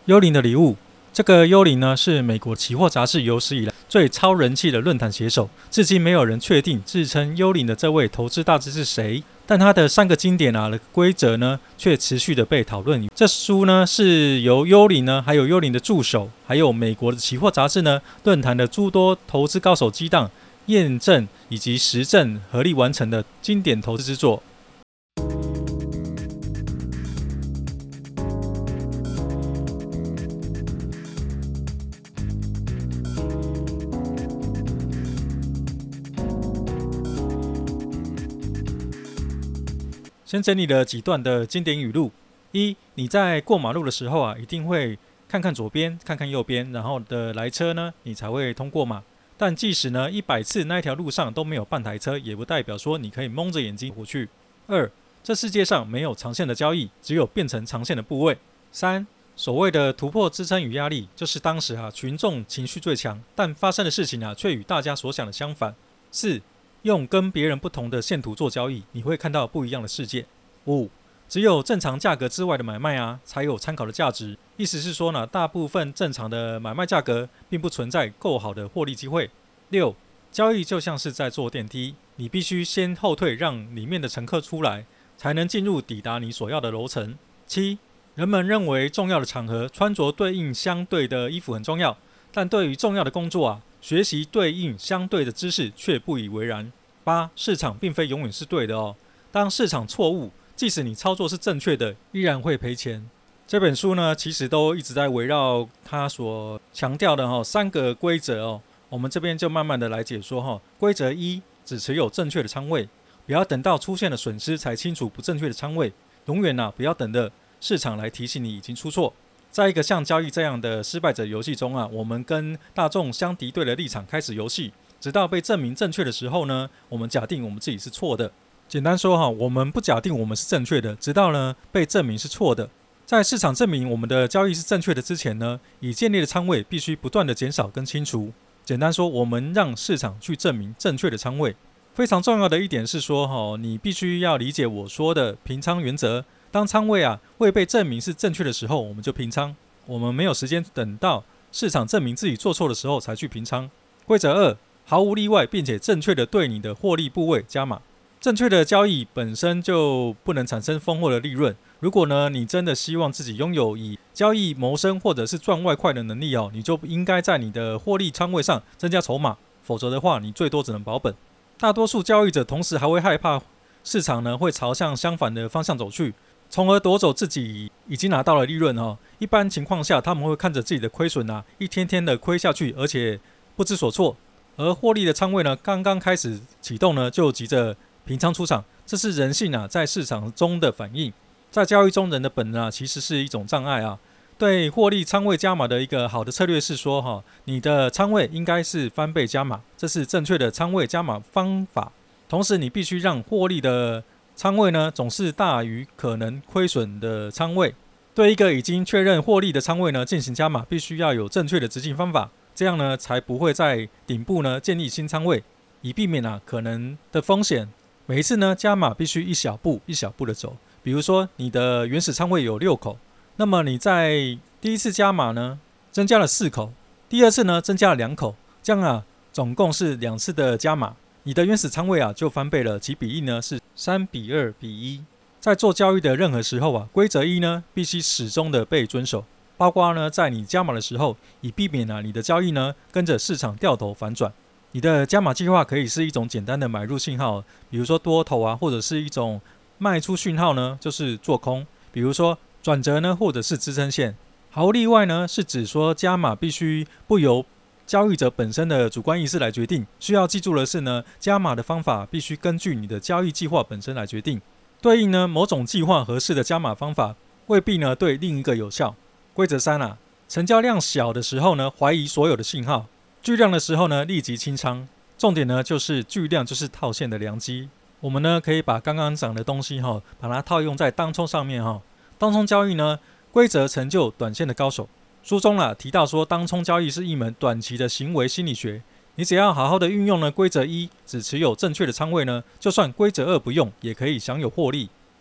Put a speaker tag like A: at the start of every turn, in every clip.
A: 幽灵的礼物。这个幽灵呢，是美国期货杂志有史以来最超人气的论坛写手，至今没有人确定自称幽灵的这位投资大师是谁。但他的3个经典的规则呢，却持续的被讨论。这书呢，是由幽灵呢，还有幽灵的助手，还有美国的期货杂志呢，论坛的诸多投资高手激荡、验证以及实证合力完成的经典投资之作。先整理了几段的经典语录。一，你在过马路的时候啊，一定会看看左边，看看右边，然后的来车呢，你才会通过嘛。但即使呢100次那一条路上都没有半台车，也不代表说你可以蒙着眼睛过去。2，这世界上没有长线的交易，只有变成长线的部位。3，所谓的突破支撑与压力，就是当时群众情绪最强，但发生的事情却与大家所想的相反。4，用跟别人不同的线图做交易，你会看到不一样的世界。5，只有正常价格之外的买卖才有参考的价值。意思是说呢，大部分正常的买卖价格并不存在够好的获利机会。6，交易就像是在坐电梯，你必须先后退，让里面的乘客出来，才能进入抵达你所要的楼层。7，人们认为重要的场合穿着对应相对的衣服很重要，但对于重要的工作学习对应相对的知识却不以为然。8，市场并非永远是对的哦。当市场错误，即使你操作是正确的，依然会赔钱。这本书呢，其实都一直在围绕他所强调的3个规则哦。我们这边就慢慢的来解说规则1，只持有正确的仓位，不要等到出现了损失才清楚不正确的仓位，永远不要等着市场来提醒你已经出错。在一个像交易这样的失败者游戏中我们跟大众相敌对的立场开始游戏，直到被证明正确的时候呢，我们假定我们自己是错的。简单说我们不假定我们是正确的，直到呢被证明是错的。在市场证明我们的交易是正确的之前呢，已建立的仓位必须不断的减少跟清除。简单说，我们让市场去证明正确的仓位。非常重要的一点是说你必须要理解我说的平仓原则。当仓位未被证明是正确的时候，我们就平仓。我们没有时间等到市场证明自己做错的时候才去平仓。规则2，毫无例外并且正确的对你的获利部位加码。正确的交易本身就不能产生丰厚的利润。如果呢你真的希望自己拥有以交易谋生或者是赚外快的能力你就应该在你的获利仓位上增加筹码，否则的话你最多只能保本。大多数交易者同时还会害怕市场呢会朝向相反的方向走去，从而夺走自己已经拿到了利润一般情况下，他们会看着自己的亏损一天天的亏下去，而且不知所措。而获利的仓位呢，刚刚开始启动呢，就急着平仓出场，这是人性在市场中的反应。在交易中，人的本能其实是一种障碍对获利仓位加码的一个好的策略是说你的仓位应该是翻倍加码，这是正确的仓位加码方法。同时，你必须让获利的仓位呢总是大于可能亏损的仓位。对一个已经确认获利的仓位呢进行加码，必须要有正确的执行方法，这样呢才不会在顶部呢建立新仓位，以避免可能的风险。每一次呢加码必须一小步一小步的走。比如说你的原始仓位有6口，那么你在第一次加码呢增加了4口，第二次呢增加了2口，这样总共是2次的加码，你的原始仓位就翻倍了，其比例呢是3:2:1。在做交易的任何时候规则1呢必须始终的被遵守，包括呢在你加码的时候，以避免你的交易呢跟着市场掉头反转。你的加码计划可以是一种简单的买入信号，比如说多头或者是一种卖出讯号呢，就是做空，比如说转折呢，或者是支撑线。毫无例外呢，是指说加码必须不由交易者本身的主观意识来决定。需要记住的是呢，加码的方法必须根据你的交易计划本身来决定。对应呢，某种计划合适的加码方法未必呢对另一个有效。规则3成交量小的时候呢，怀疑所有的信号；巨量的时候呢，立即清仓。重点呢就是巨量就是套现的良机。我们呢可以把刚刚讲的东西把它套用在当冲上面当冲交易呢，规则成就短线的高手。书中提到说，当冲交易是一门短期的行为心理学。你只要好好的运用呢规则1，只持有正确的仓位呢，就算规则2不用，也可以享有获利。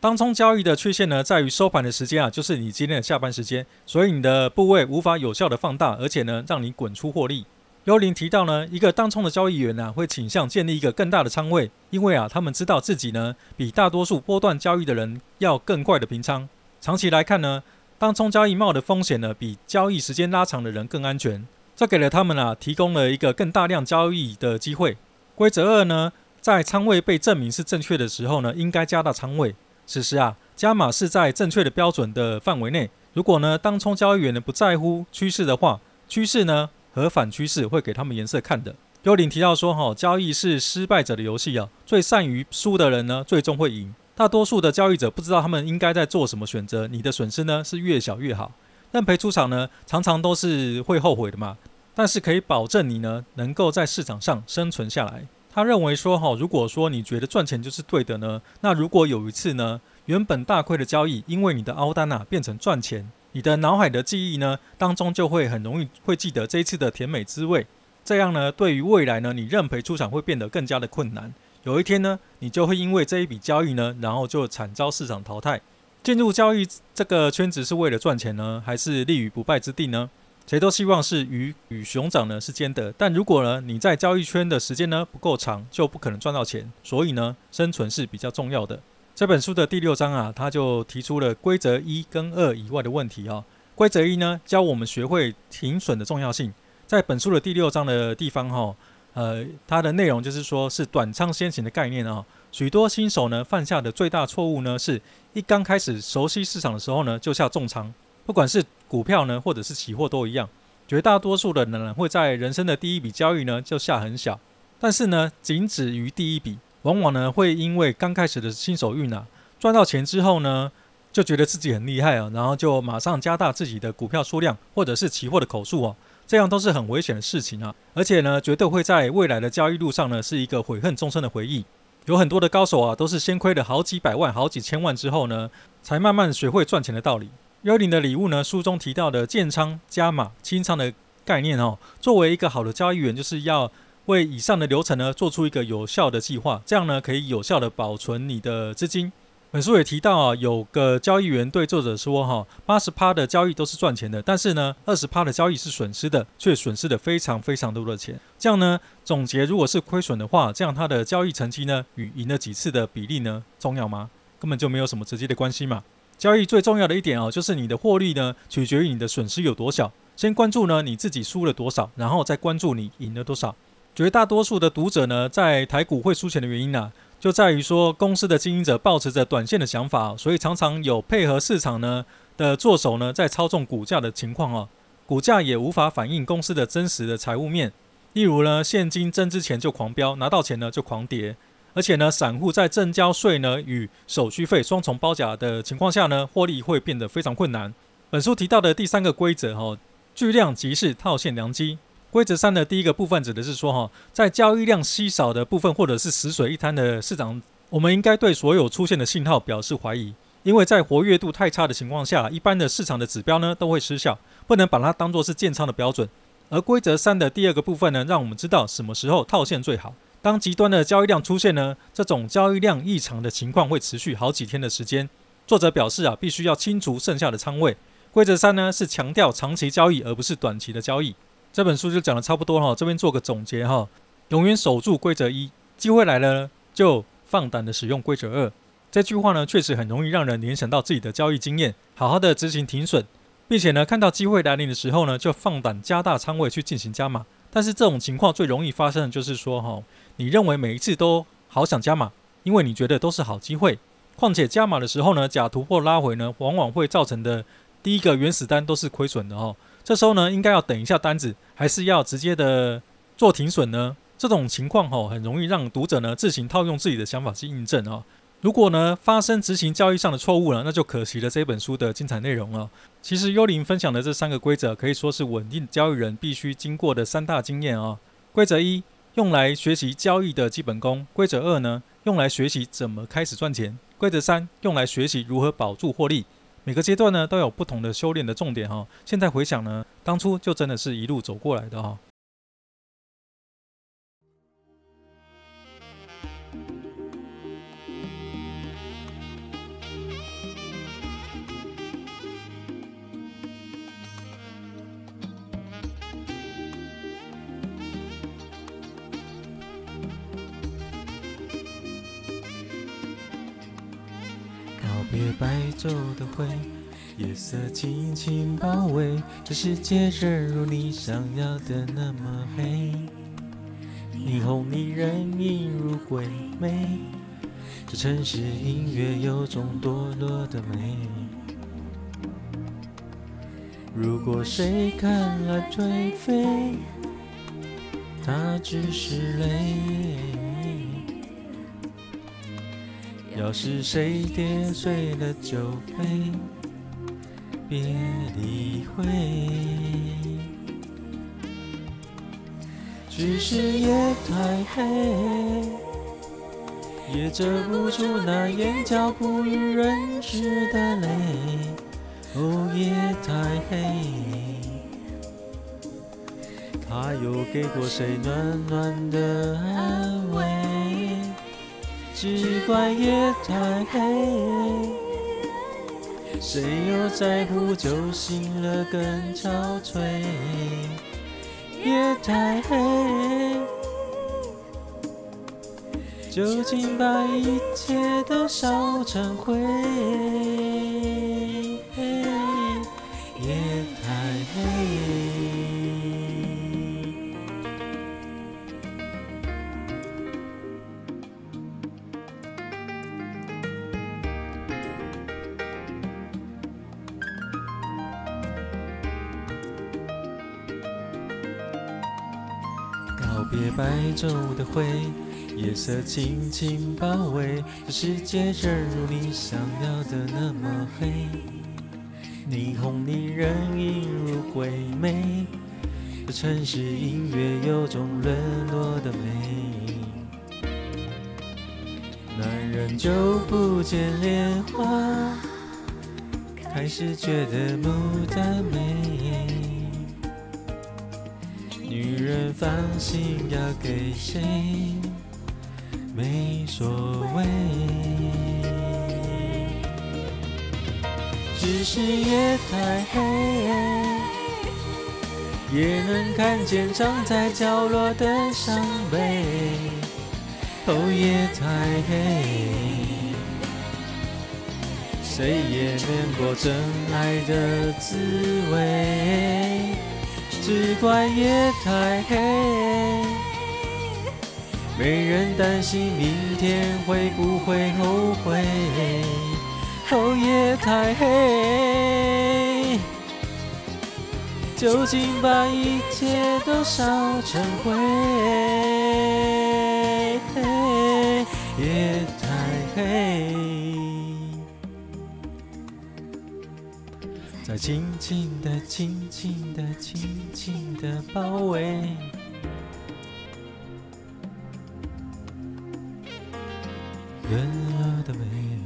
A: 当冲交易的缺陷呢，在于收盘的时间啊，就是你今天的下班时间，所以你的部位无法有效的放大，而且呢，让你滚出获利。幽灵提到呢，一个当冲的交易员啊，会倾向建立一个更大的仓位，因为啊，他们知道自己呢，比大多数波段交易的人要更快的平仓。长期来看呢，当冲交易冒的风险呢，比交易时间拉长的人更安全。这给了他们啊，提供了一个更大量交易的机会。规则2呢，在仓位被证明是正确的时候呢，应该加大仓位。此时啊，加码是在正确的标准的范围内。如果呢，当冲交易员呢不在乎趋势的话，趋势呢和反趋势会给他们颜色看的。幽灵提到说，交易是失败者的游戏啊，最善于输的人呢，最终会赢。大多数的交易者不知道他们应该在做什么选择，你的损失呢是越小越好。认赔出场呢，常常都是会后悔的嘛，但是可以保证你呢能够在市场上生存下来。他认为说，如果说你觉得赚钱就是对的呢，那如果有一次呢，原本大亏的交易，因为你的凹单啊变成赚钱，你的脑海的记忆呢当中就会很容易会记得这一次的甜美滋味。这样呢，对于未来呢，你认赔出场会变得更加的困难。有一天呢，你就会因为这一笔交易呢，然后就惨遭市场淘汰。进入交易这个圈子是为了赚钱呢，还是立于不败之地呢？谁都希望是鱼与熊掌呢是兼得，但如果呢你在交易圈的时间呢不够长，就不可能赚到钱。所以呢，生存是比较重要的。这本书的第6章啊，他就提出了规则1跟2以外的问题啊。规则1呢，教我们学会停损的重要性。在本书的第6章的地方它的内容就是说是短仓先行的概念啊。许多新手呢犯下的最大错误呢，是一刚开始熟悉市场的时候呢就下重仓。不管是股票呢，或者是期货都一样，绝大多数的人呢会在人生的第一笔交易呢就下很小，但是呢仅止于第一笔，往往呢会因为刚开始的新手运啊，赚到钱之后呢，就觉得自己很厉害啊，然后就马上加大自己的股票数量或者是期货的口数啊，这样都是很危险的事情啊，而且呢绝对会在未来的交易路上呢是一个悔恨终生的回忆。有很多的高手啊，都是先亏了好几百万、好几千万之后呢，才慢慢学会赚钱的道理。幽灵的礼物呢，书中提到的建仓、加码、清仓的概念作为一个好的交易员，就是要为以上的流程呢做出一个有效的计划，这样呢可以有效的保存你的资金。本书也提到啊，有个交易员对作者说80% 的交易都是赚钱的，但是呢20% 的交易是损失的，却损失的非常非常多的钱。这样呢总结，如果是亏损的话，这样他的交易成绩呢与赢了几次的比例呢重要吗？根本就没有什么直接的关系嘛。交易最重要的一点就是你的获利呢，取决于你的损失有多小。先关注呢你自己输了多少，然后再关注你赢了多少。绝大多数的读者呢，在台股会输钱的原因就在于说公司的经营者抱持着短线的想法，所以常常有配合市场呢的做手呢，在操纵股价的情况股价也无法反映公司的真实的财务面。例如呢，现金增之前就狂飙，拿到钱呢就狂跌。而且呢，散户在正交税呢与手续费双重包夹的情况下呢，获利会变得非常困难。本书提到的第3个规则巨量即是套现良机。规则3的第一个部分指的是说在交易量稀少的部分或者是死水一滩的市场，我们应该对所有出现的信号表示怀疑，因为在活跃度太差的情况下，一般的市场的指标呢都会失效，不能把它当作是建仓的标准。而规则3的第2个部分呢，让我们知道什么时候套现最好。当极端的交易量出现呢，这种交易量异常的情况会持续好几天的时间。作者表示必须要清除剩下的仓位。规则3呢是强调长期交易而不是短期的交易。这本书就讲的差不多这边做个总结永远守住规则1，机会来了就放胆的使用规则2。这句话呢确实很容易让人联想到自己的交易经验，好好的执行停损，并且呢看到机会来临的时候呢，就放胆加大仓位去进行加码。但是这种情况最容易发生的就是说你认为每一次都好想加码，因为你觉得都是好机会。况且加码的时候呢，假突破拉回呢，往往会造成的第一个原始单都是亏损的这时候呢，应该要等一下单子，还是要直接的做停损呢？这种情况很容易让读者呢自行套用自己的想法去印证如果呢发生执行交易上的错误呢，那就可惜了这本书的精彩内容其实幽灵分享的这3个规则，可以说是稳定交易人必须经过的3大经验规则1，用来学习交易的基本功；规则2呢，用来学习怎么开始赚钱；规则3，用来学习如何保住获利。每个阶段呢都有不同的修炼的重点现在回想呢，当初就真的是一路走过来的别白昼的灰，夜色轻轻包围，这世界正如你想要的那么黑。霓虹你人映入鬼魅，这城市音乐有种堕落的美。如果谁看来颓废，他只是累。要是谁跌碎了酒杯，别理会。只是夜太黑，也遮不住那眼角不欲人知的泪。哦，夜太黑，他又给过谁暖暖的安慰？只怪夜太黑，谁又在乎就醒了更憔悴。夜太黑，究竟把一切都烧成灰。夜太黑。告别白昼的灰，夜色轻轻包围，这世界正如你想要的那么黑。霓虹你人映入鬼魅，这城市音乐有种沦落的美。男人就不见莲花，开始觉得牡丹美。女人放心要给谁没所谓，只是夜太黑，也能看见藏在角落的伤悲。哦，夜太黑，谁也免过真爱的滋味。只怪夜太黑，没人担心明天会不会后悔。哦，夜太黑，究竟把一切都烧成灰。夜太黑，再轻轻地、轻轻地、轻轻地包围。沦落的美，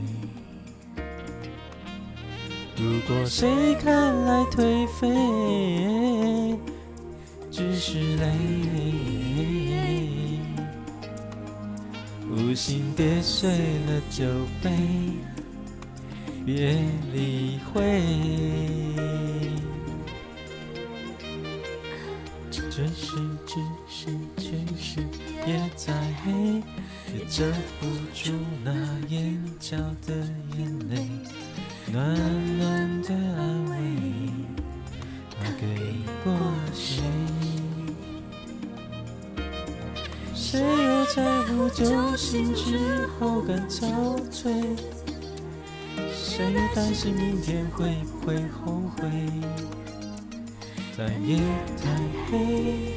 A: 如果谁看来颓废，只是累，无心跌碎了酒杯，别理会。只是夜再黑，也遮不住那眼角的眼泪。暖暖的安慰，他给过谁？谁又在乎酒醒之后更憔悴？谁又担心明天会不会后悔？在夜太黑。